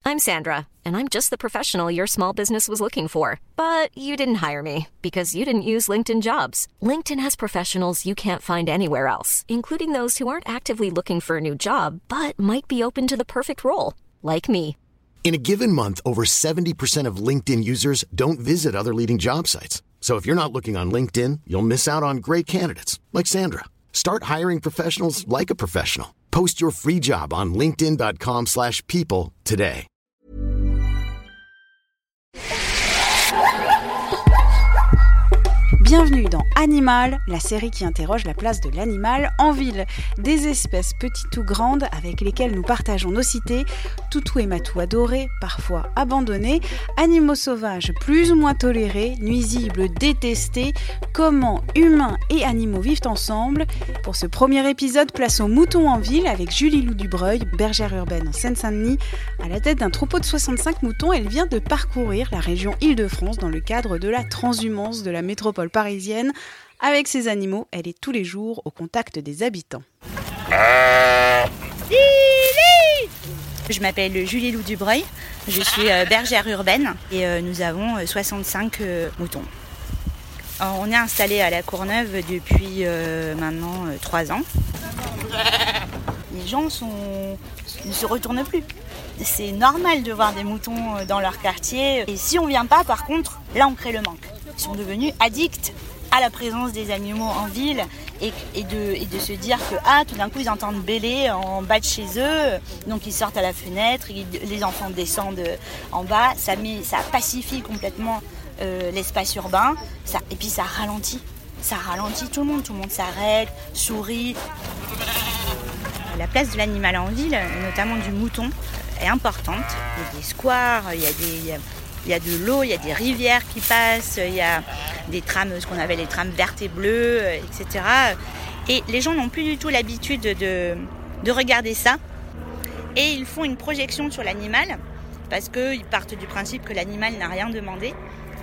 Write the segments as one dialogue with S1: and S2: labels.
S1: I'm Sandra, and I'm just the professional your small business was looking for. But you didn't hire me because you didn't use LinkedIn Jobs. LinkedIn has professionals you can't find anywhere else, including those who aren't actively looking for a new job, but might be open to the perfect role, like me.
S2: In a given month, over 70% of LinkedIn users don't visit other leading job sites. So if you're not looking on LinkedIn, you'll miss out on great candidates like Sandra. Start hiring professionals like a professional. Post your free job on linkedin.com/people today.
S3: Bienvenue dans Animal, la série qui interroge la place de l'animal en ville. Des espèces petites ou grandes avec lesquelles nous partageons nos cités, toutous et matous adorés, parfois abandonnés, animaux sauvages plus ou moins tolérés, nuisibles détestés, comment humains et animaux vivent ensemble. Pour ce premier épisode, place aux moutons en ville avec Julie Lou Dubreuil, bergère urbaine en Seine-Saint-Denis. À la tête d'un troupeau de 65 moutons, elle vient de parcourir la région Île-de-France dans le cadre de la transhumance de la métropole parisienne. Avec ces animaux, elle est tous les jours au contact des habitants.
S4: Je m'appelle Julie Lou Dubreuil, je suis bergère urbaine et nous avons 65 moutons. On est installé à La Courneuve depuis maintenant 3 ans. Les gens ne se retournent plus. C'est normal de voir des moutons dans leur quartier. Et si on vient pas, par contre, là on crée le manque. Ils sont devenus addicts à la présence des animaux en ville et de se dire que tout d'un coup ils entendent bêler en bas de chez eux, donc ils sortent à la fenêtre, les enfants descendent en bas, ça pacifie complètement l'espace urbain, et puis ça ralentit tout le monde s'arrête, sourit. La place de l'animal en ville, notamment du mouton, est importante. Il y a des squares, il y a de l'eau, il y a des rivières qui passent, il y a des trams, ce qu'on appelle les trams vertes et bleues, etc. Et les gens n'ont plus du tout l'habitude de regarder ça. Et ils font une projection sur l'animal, parce qu'ils partent du principe que l'animal n'a rien demandé.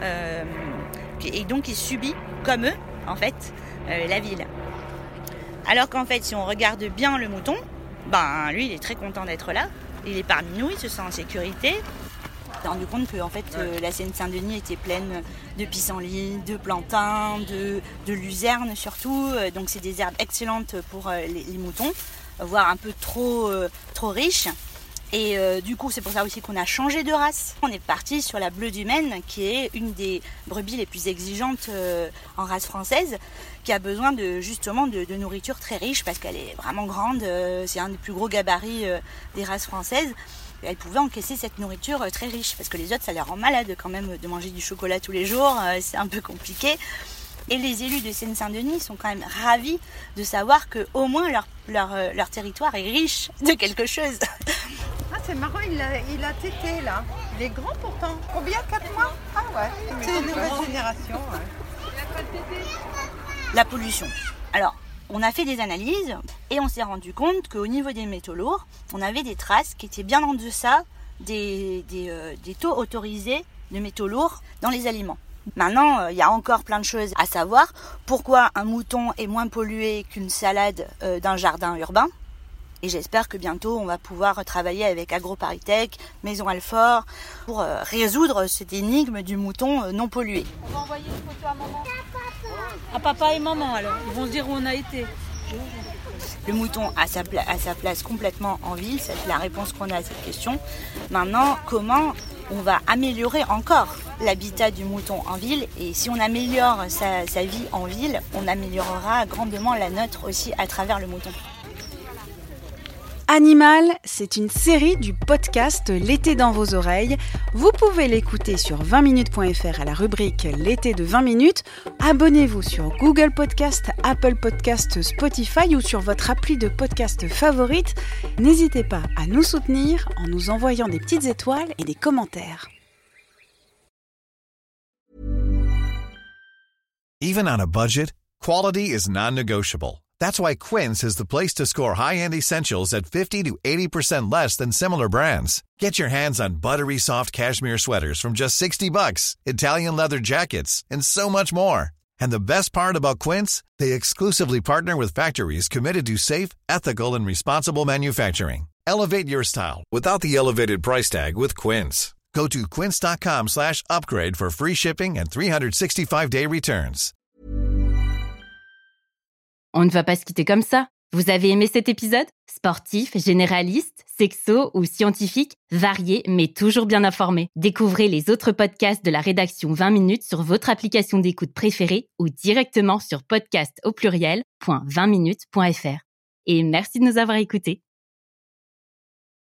S4: Et donc il subit, comme eux, en fait, la ville. Alors qu'en fait, si on regarde bien le mouton, lui, il est très content d'être là. Il est parmi nous, il se sent en sécurité. On s'est rendu compte que en fait, la Seine-Saint-Denis était pleine de pissenlits, de plantains, de luzernes surtout. Donc c'est des herbes excellentes pour les moutons, voire un peu trop riches. Et du coup, c'est pour ça aussi qu'on a changé de race. On est parti sur la Bleu du Maine, qui est une des brebis les plus exigeantes en race française, qui a besoin de nourriture très riche parce qu'elle est vraiment grande. C'est un des plus gros gabarits des races françaises. Et elle pouvait encaisser cette nourriture très riche parce que les autres, ça les rend malades quand même de manger du chocolat tous les jours. C'est un peu compliqué. Et les élus de Seine-Saint-Denis sont quand même ravis de savoir qu'au moins leur territoire est riche de quelque chose.
S5: C'est marrant, il a tété là. Il est grand pourtant. Combien? 4 mois? Ah ouais, c'est une nouvelle génération. Ouais.
S4: La pollution. Alors, on a fait des analyses et on s'est rendu compte qu'au niveau des métaux lourds, on avait des traces qui étaient bien en deçà des taux autorisés de métaux lourds dans les aliments. Maintenant, il y a encore plein de choses à savoir. Pourquoi un mouton est moins pollué qu'une salade d'un jardin urbain? Et j'espère que bientôt, on va pouvoir travailler avec AgroParisTech, Maison Alfort, pour résoudre cette énigme du mouton non pollué.
S5: On va envoyer une photo à maman.
S6: À papa et maman, alors. Ils vont se dire où on a été.
S4: Le mouton a sa place complètement en ville, c'est la réponse qu'on a à cette question. Maintenant, comment on va améliorer encore l'habitat du mouton en ville? Et si on améliore sa vie en ville, on améliorera grandement la nôtre aussi à travers le mouton.
S3: Animal, c'est une série du podcast L'été dans vos oreilles. Vous pouvez l'écouter sur 20minutes.fr à la rubrique L'été de 20 minutes. Abonnez-vous sur Google Podcast, Apple Podcast, Spotify ou sur votre appli de podcast favorite. N'hésitez pas à nous soutenir en nous envoyant des petites étoiles et des commentaires.
S7: Even on a budget, quality is non-negotiable. That's why Quince is the place to score high-end essentials at 50 to 80% less than similar brands. Get your hands on buttery soft cashmere sweaters from just $60, Italian leather jackets, and so much more. And the best part about Quince, they exclusively partner with factories committed to safe, ethical, and responsible manufacturing. Elevate your style without the elevated price tag with Quince. Go to quince.com/upgrade for free shipping and 365-day returns.
S8: On ne va pas se quitter comme ça. Vous avez aimé cet épisode ? Sportif, généraliste, sexo ou scientifique, varié mais toujours bien informé. Découvrez les autres podcasts de la rédaction 20 minutes sur votre application d'écoute préférée ou directement sur podcast@20minutes.fr. Et merci de nous avoir écoutés.